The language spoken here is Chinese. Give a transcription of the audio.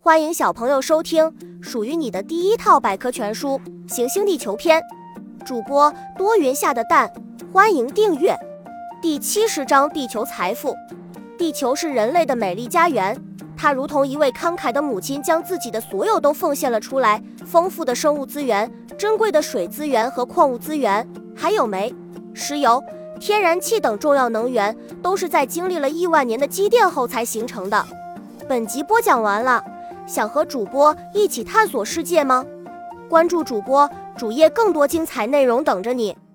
欢迎小朋友收听属于你的第一套百科全书《行星地球篇》，主播多云下的蛋，欢迎订阅。第70章地球财富。地球是人类的美丽家园，它如同一位慷慨的母亲，将自己的所有都奉献了出来。丰富的生物资源、珍贵的水资源和矿物资源，还有煤、石油、天然气等重要能源，都是在经历了亿万年的积淀后才形成的。本集播讲完了，想和主播一起探索世界吗？关注主播主页，更多精彩内容等着你。